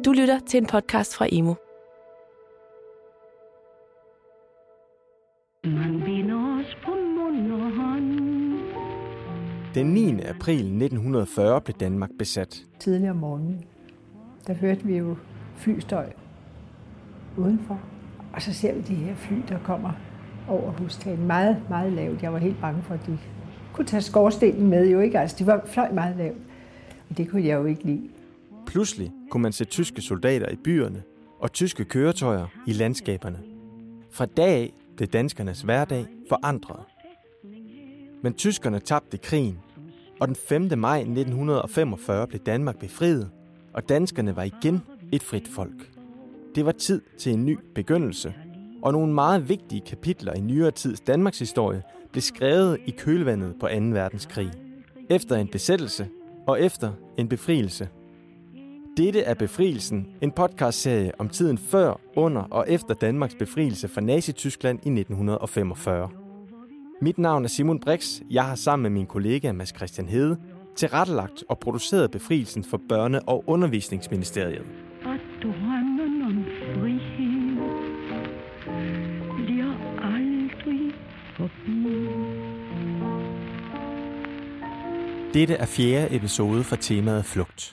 Du lytter til en podcast fra Emo. Den 9. april 1940 blev Danmark besat. Tidligere om morgenen, der hørte vi jo flystøj udenfor. Og så ser vi de her fly, der kommer over hustagen. Meget, meget lavt. Jeg var helt bange for, at de kunne tage skorstenen med. Jo ikke? Altså, de fløj meget lavt. Og det kunne jeg jo ikke lide. Pludselig kunne man se tyske soldater i byerne og tyske køretøjer i landskaberne. Fra dag af blev danskernes hverdag forandret. Men tyskerne tabte krigen, og den 5. maj 1945 blev Danmark befriet, og danskerne var igen et frit folk. Det var tid til en ny begyndelse, og nogle meget vigtige kapitler i nyere tids Danmarks historie blev skrevet i kølvandet på 2. verdenskrig. Efter en besættelse og efter en befrielse. Dette er Befrielsen, en podcastserie om tiden før, under og efter Danmarks befrielse fra Nazi-Tyskland i 1945. Mit navn er Simon Brix. Jeg har sammen med min kollega Mads Christian Hede tilrettelagt og produceret Befrielsen for Børne- og Undervisningsministeriet. Dette er 4. episode fra temaet Flugt.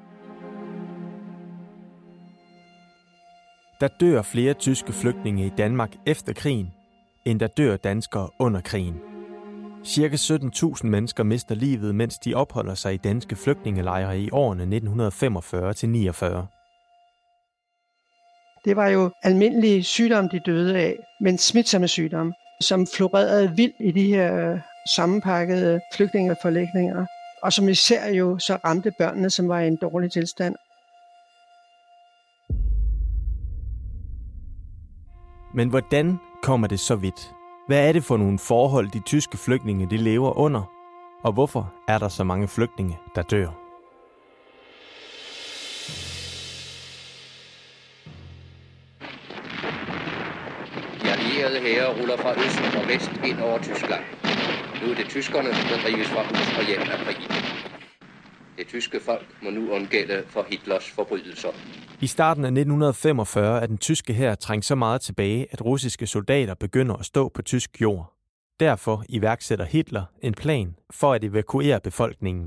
Der dør flere tyske flygtninge i Danmark efter krigen, end der dør danskere under krigen. Cirka 17.000 mennesker mister livet, mens de opholder sig i danske flygtningelejre i årene 1945 til 49. Det var jo almindelige sygdomme, de døde af, men smitsomme sygdomme, som florerede vildt i de her sammenpakkede flygtningeforlægninger, og som især jo så ramte børnene, som var i en dårlig tilstand. Men hvordan kommer det så vidt? Hvad er det for nogle forhold, de tyske flygtninge de lever under? Og hvorfor er der så mange flygtninge, der dør? De allierede hære ruller fra øst og vest ind over Tyskland. Nu er det tyskerne, der drives fra hus og hjem af krigen. Det tyske folk må nu undgælde for Hitlers forbrydelser. I starten af 1945 er den tyske hær trængt så meget tilbage, at russiske soldater begynder at stå på tysk jord. Derfor iværksætter Hitler en plan for at evakuere befolkningen.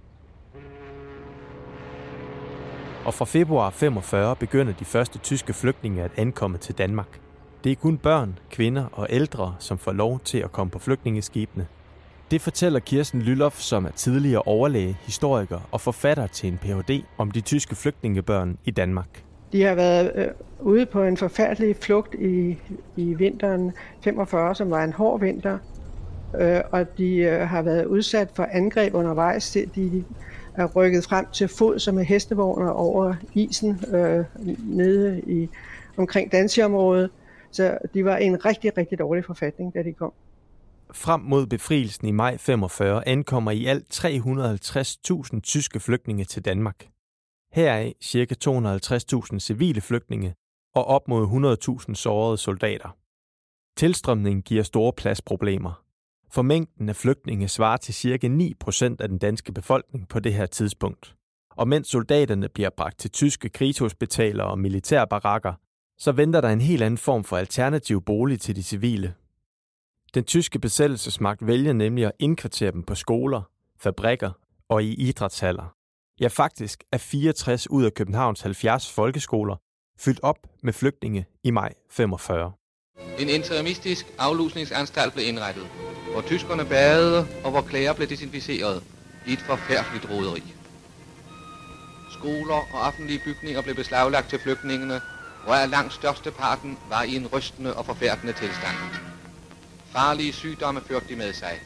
Og fra februar 45 begynder de første tyske flygtninge at ankomme til Danmark. Det er kun børn, kvinder og ældre, som får lov til at komme på flygtningeskibene. Det fortæller Kirsten Lylloff, som er tidligere overlæge, historiker og forfatter til en Ph.D. om de tyske flygtningebørn i Danmark. De har været ude på en forfærdelig flugt i vinteren 45, som var en hård vinter, og de har været udsat for angreb undervejs. De er rykket frem til fods med hestevogner over isen nede omkring Danzig-området, så de var i en rigtig, rigtig dårlig forfatning, da de kom. Frem mod befrielsen i maj 45 ankommer i alt 350.000 tyske flygtninge til Danmark. Heraf ca. 250.000 civile flygtninge og op mod 100.000 sårede soldater. Tilstrømningen giver store pladsproblemer. For mængden af flygtninge svarer til ca. 9% af den danske befolkning på det her tidspunkt. Og mens soldaterne bliver bragt til tyske krigshospitaler og militærbarakker, så venter der en helt anden form for alternativ bolig til de civile. Den tyske besættelsesmagt vælger nemlig at indkvartere dem på skoler, fabrikker og i idrætshaller. Ja, faktisk er 64 ud af Københavns 70 folkeskoler fyldt op med flygtninge i maj 45. En interimistisk aflusningsanstalt blev indrettet, hvor tyskerne badede og hvor klæder blev desinficeret i et forfærdeligt roderi. Skoler og offentlige bygninger blev beslaglagt til flygtningene, hvor langt størsteparten var i en rystende og forfærdende tilstand. Farlige sygdomme førte de med sig.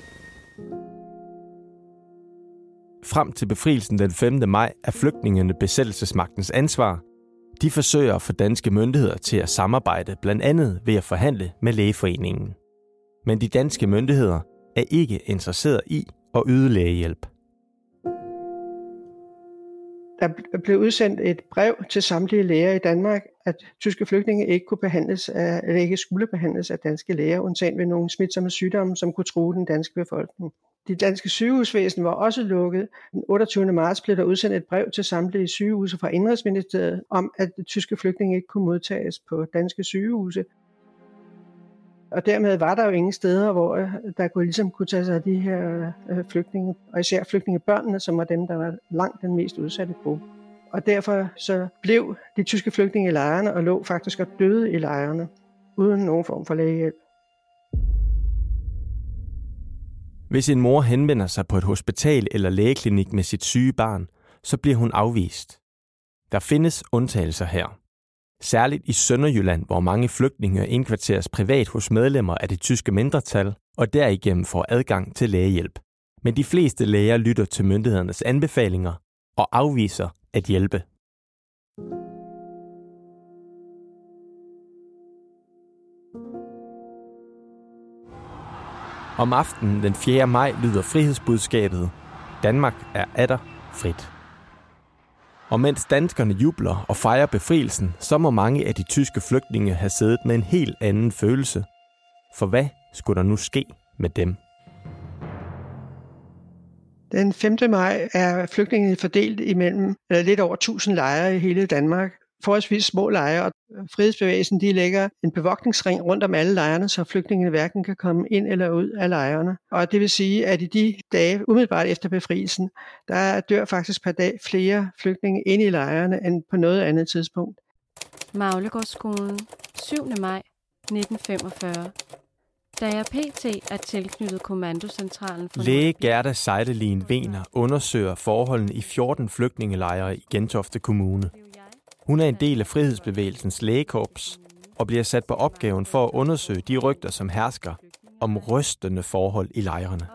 Frem til befrielsen den 5. maj er flygtningene besættelsesmagtens ansvar. De forsøger at få danske myndigheder til at samarbejde, blandt andet ved at forhandle med Lægeforeningen. Men de danske myndigheder er ikke interesseret i at yde lægehjælp. Der blev udsendt et brev til samtlige læger i Danmark, at tyske flygtninge ikke ikke skulle behandles af danske læger, undtagen ved nogle smitsomme sygdomme, som kunne true den danske befolkning. Det danske sygehusvæsen var også lukket. Den 28. marts blev der udsendt et brev til samtlige sygehuse fra Indenrigsministeriet om, at tyske flygtninge ikke kunne modtages på danske sygehuse. Og dermed var der jo ingen steder, hvor der kunne tage sig af de her flygtninge, og især flygtningebørnene, som var dem, der var langt den mest udsatte gruppe. Og derfor så blev de tyske flygtninge i lejrene og lå faktisk og døde i lejrene, uden nogen form for lægehjælp. Hvis en mor henvender sig på et hospital eller lægeklinik med sit syge barn, så bliver hun afvist. Der findes undtagelser her. Særligt i Sønderjylland, hvor mange flygtninge indkvarteres privat hos medlemmer af det tyske mindretal, og derigennem får adgang til lægehjælp. Men de fleste læger lytter til myndighedernes anbefalinger og afviser at hjælpe. Om aftenen den 4. maj lyder frihedsbudskabet: Danmark er atter frit. Og mens danskerne jubler og fejrer befrielsen, så må mange af de tyske flygtninge have siddet med en helt anden følelse. For hvad skulle der nu ske med dem? Den 5. maj er flygtningene fordelt imellem lidt over 1000 lejre i hele Danmark. Forholdsvis små lejre, og frihedsbevægelsen de lægger en bevogtningsring rundt om alle lejrene, så flygtningene hverken kan komme ind eller ud af lejrene. Og det vil sige, at i de dage umiddelbart efter befrielsen, der dør faktisk per dag flere flygtninge inde i lejrene end på noget andet tidspunkt. Maglegårdsskolen, 7. maj 1945. Da jeg pt. Er tilknyttet kommandocentralen for Læge Gerda Seidelin Wehner undersøger forholdene i 14 flygtningelejre i Gentofte Kommune. Hun er en del af frihedsbevægelsens lægekorps og bliver sat på opgaven for at undersøge de rygter, som hersker om rystende forhold i lejrene.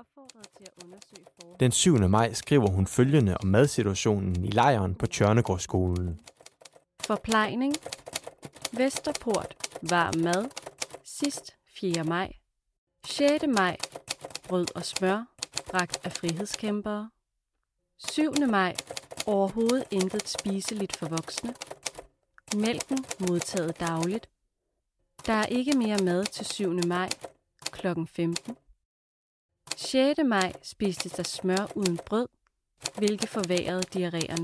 Den 7. maj skriver hun følgende om madsituationen i lejren på Tjørnegårdsskolen. Forplejning. Vesterport. Varm mad. Sidst 4. maj. 6. maj. Brød og smør. Bragt af frihedskæmpere. 7. maj. Overhovedet intet spiseligt for voksne. Mælken modtaget dagligt. Der er ikke mere mad til 7. maj kl. 15. 6. maj spiste der smør uden brød, hvilket forværrede diarréerne.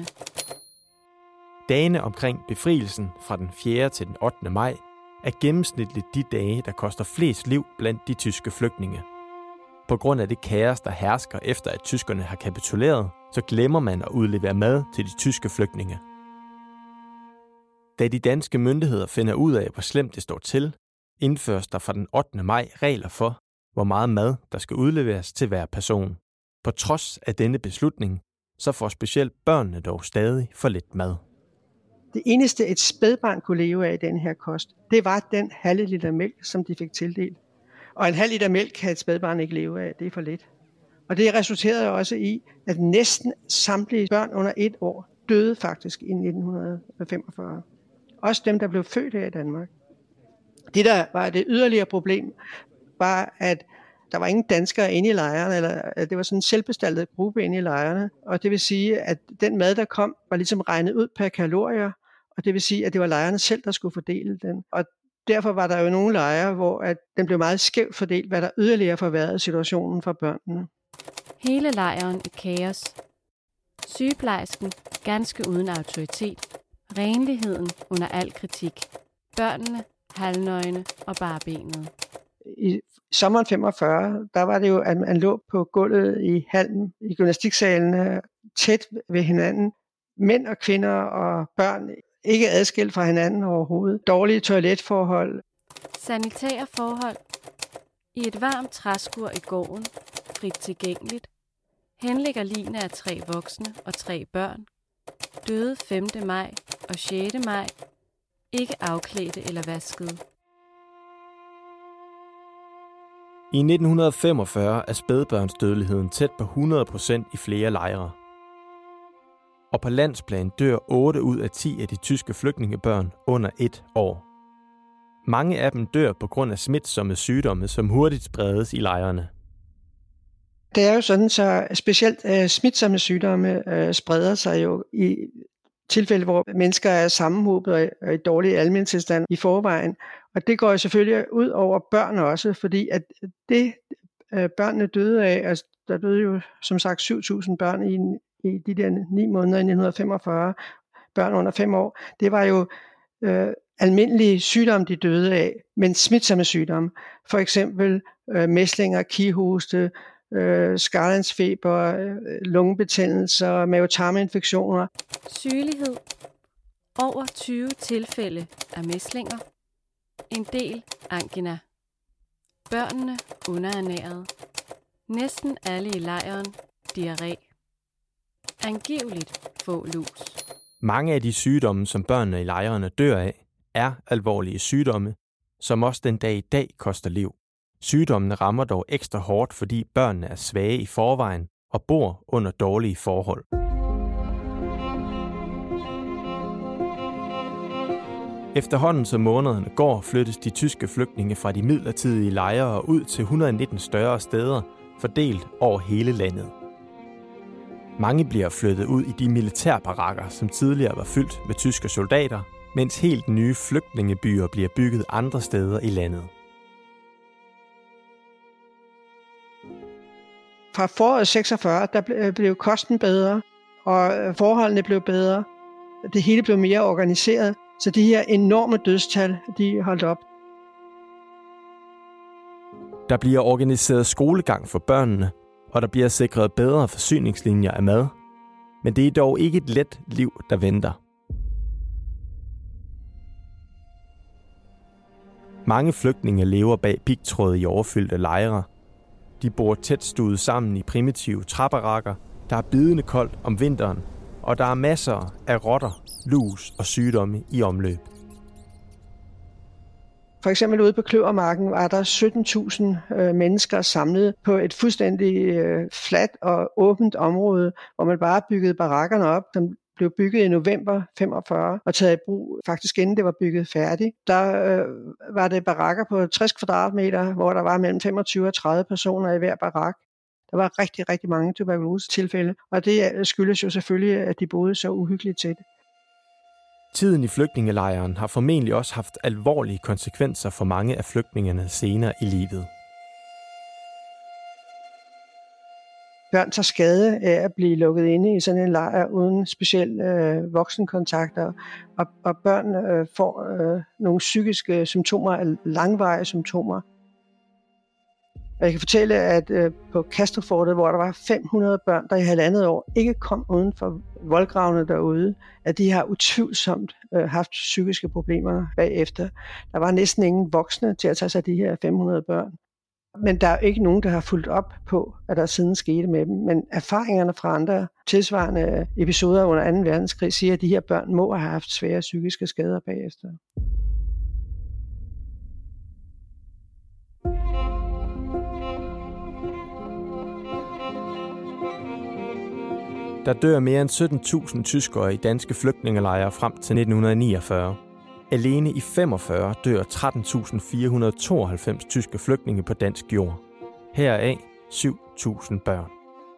Dagene omkring befrielsen fra den 4. til den 8. maj er gennemsnitligt de dage, der koster flest liv blandt de tyske flygtninge. På grund af det kaos, der hersker efter, at tyskerne har kapituleret, så glemmer man at udlevere mad til de tyske flygtninge. Da de danske myndigheder finder ud af, hvor slemt det står til, indføres der fra den 8. maj regler for, hvor meget mad der skal udleveres til hver person. På trods af denne beslutning, så får specielt børnene dog stadig for lidt mad. Det eneste, et spædbarn kunne leve af i den her kost, det var den halve liter mælk, som de fik tildelt. Og en halv liter mælk kan et spædbarn ikke leve af, det er for lidt. Og det resulterede også i, at næsten samtlige børn under 1 år døde faktisk i 1945. Også dem, der blev født her i Danmark. Det, der var det yderligere problem, var, at der var ingen danskere inde i lejrene, eller at det var sådan en selvbestaltet gruppe inde i lejrene. Og det vil sige, at den mad, der kom, var ligesom regnet ud per kalorier, og det vil sige, at det var lejrene selv, der skulle fordele den. Og derfor var der jo nogle lejre, hvor at den blev meget skævt fordelt, hvad der yderligere forværrede situationen for børnene. Hele lejren i kaos. Sygeplejersken ganske uden autoritet. Renligheden under al kritik. Børnene halvnøgne og barbenede. I sommeren 45, der var det jo, at man lå på gulvet i hallen, i gymnastiksalene, tæt ved hinanden. Mænd og kvinder og børn, ikke adskilt fra hinanden overhovedet. Dårlige toiletforhold. Sanitære forhold. I et varmt træskur i gården, frit tilgængeligt, henligger ligene af 3 voksne og 3 børn. Døde 5. maj og 6. maj, ikke afklædte eller vaskede. I 1945 er spædbørnsdødeligheden tæt på 100% i flere lejre. Og på landsplan dør 8 ud af 10 af de tyske flygtningebørn under 1 år. Mange af dem dør på grund af smitsomme sygdomme, som hurtigt spredes i lejrene. Det er jo sådan, så specielt smitsomme sygdomme spreder sig jo i tilfælde, hvor mennesker er sammenhobet og i dårlig almentilstand i forvejen. Og det går jo selvfølgelig ud over børn også, fordi at det børnene døde af, altså der døde jo som sagt 7.000 børn i de der 9 måneder i 1945, børn under 5 år, det var jo almindelige sygdomme, de døde af, men smitsomme sygdomme. For eksempel mæslinger, kihoste, skarlandsfeber, lungebetændelser, mavetarminfektioner. Sygelighed. Over 20 tilfælde af mæslinger. En del angina. Børnene underernærede. Næsten alle i lejren diarré. Angiveligt få lus. Mange af de sygdomme, som børnene i lejrene dør af, er alvorlige sygdomme, som også den dag i dag koster liv. Sygdommene rammer dog ekstra hårdt, fordi børnene er svage i forvejen og bor under dårlige forhold. Efterhånden som månederne går, flyttes de tyske flygtninge fra de midlertidige lejre ud til 119 større steder, fordelt over hele landet. Mange bliver flyttet ud i de militærbarakker, som tidligere var fyldt med tyske soldater, mens helt nye flygtningebyer bliver bygget andre steder i landet. Fra foråret 46, der blev kosten bedre, og forholdene blev bedre. Det hele blev mere organiseret, så de her enorme dødstal, de holdt op. Der bliver organiseret skolegang for børnene, og der bliver sikret bedre forsyningslinjer af mad. Men det er dog ikke et let liv, der venter. Mange flygtninge lever bag pigtråd i overfyldte lejre. De bor tæt stuet sammen i primitive træbarakker, der er bidende koldt om vinteren, og der er masser af rotter, lus og sygdomme i omløb. For eksempel ude på Kløvermarken var der 17.000 mennesker samlet på et fuldstændig fladt og åbent område, hvor man bare byggede barakkerne op, som blev bygget i november 45 og taget i brug faktisk inden det var bygget færdigt. Der var det barakker på 60 kvadratmeter, hvor der var mellem 25 og 30 personer i hver barak. Der var rigtig, rigtig mange tuberkulose-tilfælde, og det skyldes jo selvfølgelig, at de boede så uhyggeligt tæt. Tiden i flygtningelejren har formentlig også haft alvorlige konsekvenser for mange af flygtningerne senere i livet. Børn tager skade af at blive lukket inde i sådan en lejr uden speciel voksenkontakter, og børn får nogle psykiske symptomer, langvarige symptomer. Jeg kan fortælle, at på Castrofortet, hvor der var 500 børn, der i 1,5 år ikke kom uden for voldgravene derude, at de har utvivlsomt haft psykiske problemer bagefter. Der var næsten ingen voksne til at tage sig af de her 500 børn. Men der er ikke nogen, der har fulgt op på, hvad der siden skete med dem. Men erfaringerne fra andre tilsvarende episoder under 2. verdenskrig siger, at de her børn må have haft svære psykiske skader bagefter. Der dør mere end 17.000 tyskere i danske flygtningelejre frem til 1949. Alene i 45 dør 13.492 tyske flygtninge på dansk jord. Heraf 7.000 børn.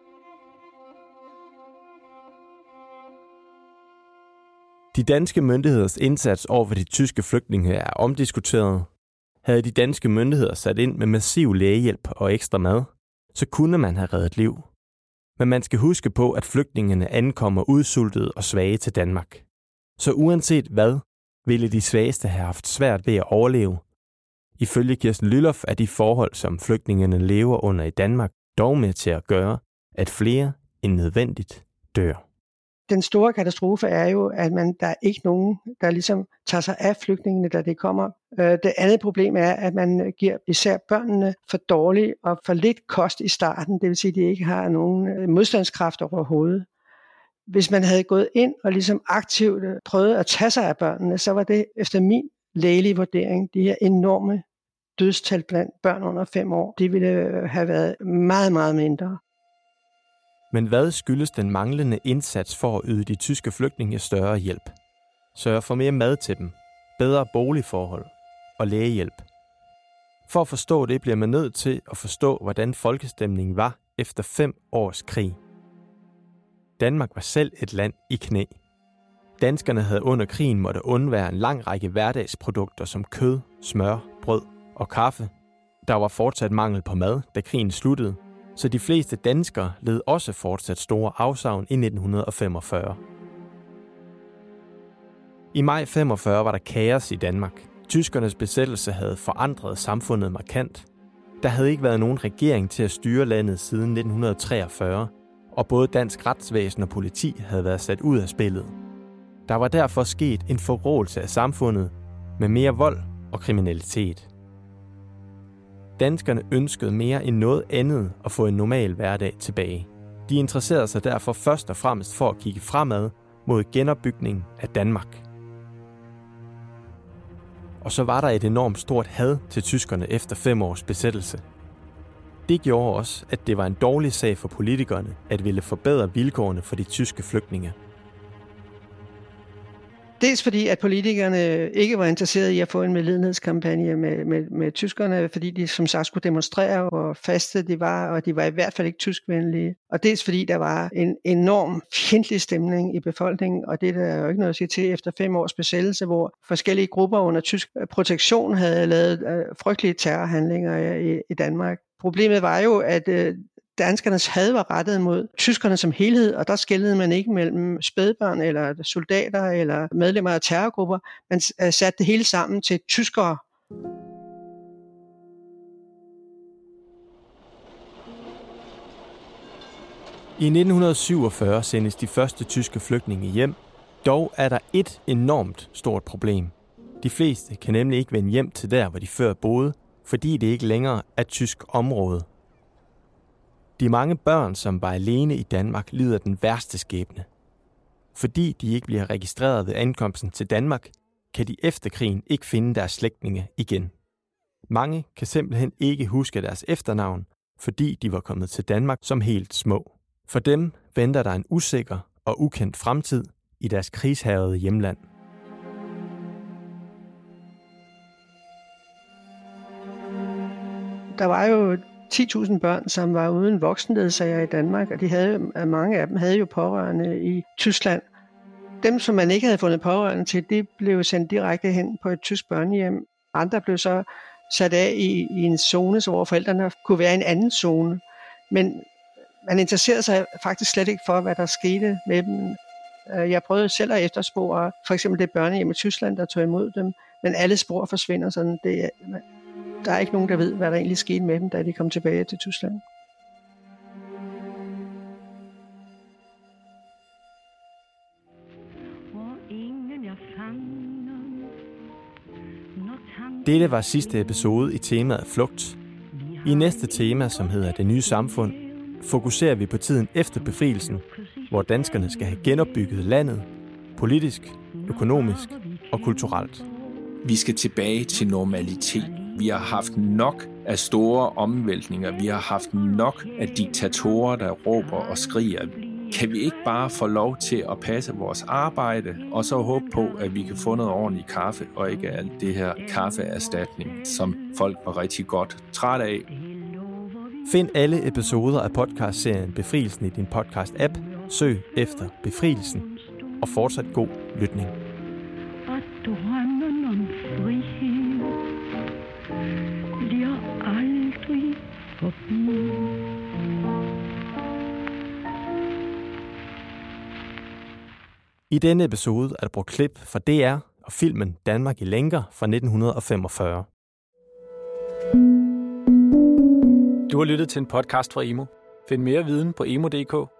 De danske myndigheders indsats over for de tyske flygtninge er omdiskuteret. Havde de danske myndigheder sat ind med massiv lægehjælp og ekstra mad, så kunne man have reddet liv. Men man skal huske på, at flygtningene ankommer udsultede og svage til Danmark. Så uanset hvad, ville de svageste have haft svært ved at overleve. Ifølge Kirsten Lylloff er de forhold, som flygtningene lever under i Danmark, dog med til at gøre, at flere end nødvendigt dør. Den store katastrofe er jo, at der er ikke nogen, der ligesom tager sig af flygtningene, da det kommer. Det andet problem er, at man giver især børnene for dårlig og for lidt kost i starten. Det vil sige, at de ikke har nogen modstandskraft overhovedet. Hvis man havde gået ind og ligesom aktivt prøvet at tage sig af børnene, så var det efter min lægelige vurdering, de her enorme dødstal blandt børn under 5 år, det ville have været meget, meget mindre. Men hvad skyldes den manglende indsats for at yde de tyske flygtninge større hjælp? Sørge for mere mad til dem, bedre boligforhold og lægehjælp. For at forstå det bliver man nødt til at forstå, hvordan folkestemningen var efter 5 års krig. Danmark var selv et land i knæ. Danskerne havde under krigen måtte undvære en lang række hverdagsprodukter som kød, smør, brød og kaffe. Der var fortsat mangel på mad, da krigen sluttede, så de fleste danskere led også fortsat store afsavn i 1945. I maj 45 var der kaos i Danmark. Tyskernes besættelse havde forandret samfundet markant. Der havde ikke været nogen regering til at styre landet siden 1943, og både dansk retsvæsen og politi havde været sat ud af spillet. Der var derfor sket en forråelse af samfundet med mere vold og kriminalitet. Danskerne ønskede mere end noget andet at få en normal hverdag tilbage. De interesserede sig derfor først og fremmest for at kigge fremad mod genopbygningen af Danmark. Og så var der et enormt stort had til tyskerne efter 5 års besættelse. Det gjorde også, at det var en dårlig sag for politikerne at ville forbedre vilkårene for de tyske flygtninge. Dels fordi, at politikerne ikke var interesserede i at få en medlidenhedskampagne med tyskerne, fordi de som sagt skulle demonstrere, hvor faste de var, og de var i hvert fald ikke tyskvenlige. Og dels fordi, der var en enorm fjendtlig stemning i befolkningen, og det er der jo ikke noget at sige til efter 5 års besættelse, hvor forskellige grupper under tysk protektion havde lavet frygtelige terrorhandlinger i Danmark. Problemet var jo, at danskernes had var rettet mod tyskerne som helhed, og der skelnede man ikke mellem spædbørn eller soldater eller medlemmer af terrorgrupper. Man satte det hele sammen til tyskere. I 1947 sendes de første tyske flygtninge hjem. Dog er der et enormt stort problem. De fleste kan nemlig ikke vende hjem til der, hvor de før boede, fordi det ikke længere er tysk område. De mange børn, som var alene i Danmark, lider den værste skæbne. Fordi de ikke bliver registreret ved ankomsten til Danmark, kan de efter krigen ikke finde deres slægtninge igen. Mange kan simpelthen ikke huske deres efternavn, fordi de var kommet til Danmark som helt små. For dem venter der en usikker og ukendt fremtid i deres krigshærgede hjemland. Der var jo 10.000 børn, som var uden voksenledsager i Danmark, og mange af dem havde jo pårørende i Tyskland. Dem, som man ikke havde fundet pårørende til, de blev sendt direkte hen på et tysk børnehjem. Andre blev så sat af i en zone, hvor forældrene kunne være i en anden zone. Men man interesserede sig faktisk slet ikke for, hvad der skete med dem. Jeg prøvede selv at efterspore for eksempel det børnehjem i Tyskland, der tog imod dem, men alle spor forsvinder sådan. Der er ikke nogen, der ved, hvad der egentlig skete med dem, da de kom tilbage til Tyskland. Dette var sidste episode i temaet flugt. I næste tema, som hedder Det nye samfund, fokuserer vi på tiden efter befrielsen, hvor danskerne skal have genopbygget landet, politisk, økonomisk og kulturelt. Vi skal tilbage til normalitet. Vi har haft nok af store omvæltninger. Vi har haft nok af diktatorer, der råber og skriger. Kan vi ikke bare få lov til at passe vores arbejde, og så håbe på, at vi kan få noget ordentligt kaffe, og ikke alt det her kaffeerstatning, som folk var rigtig godt træt af. Find alle episoder af podcastserien Befrielsen i din podcast-app. Søg efter Befrielsen, og fortsat god lytning. I denne episode er der brugt klip fra DR og filmen Danmark i lænker fra 1945. Du har lyttet til en podcast fra Emo. Find mere viden på emo.dk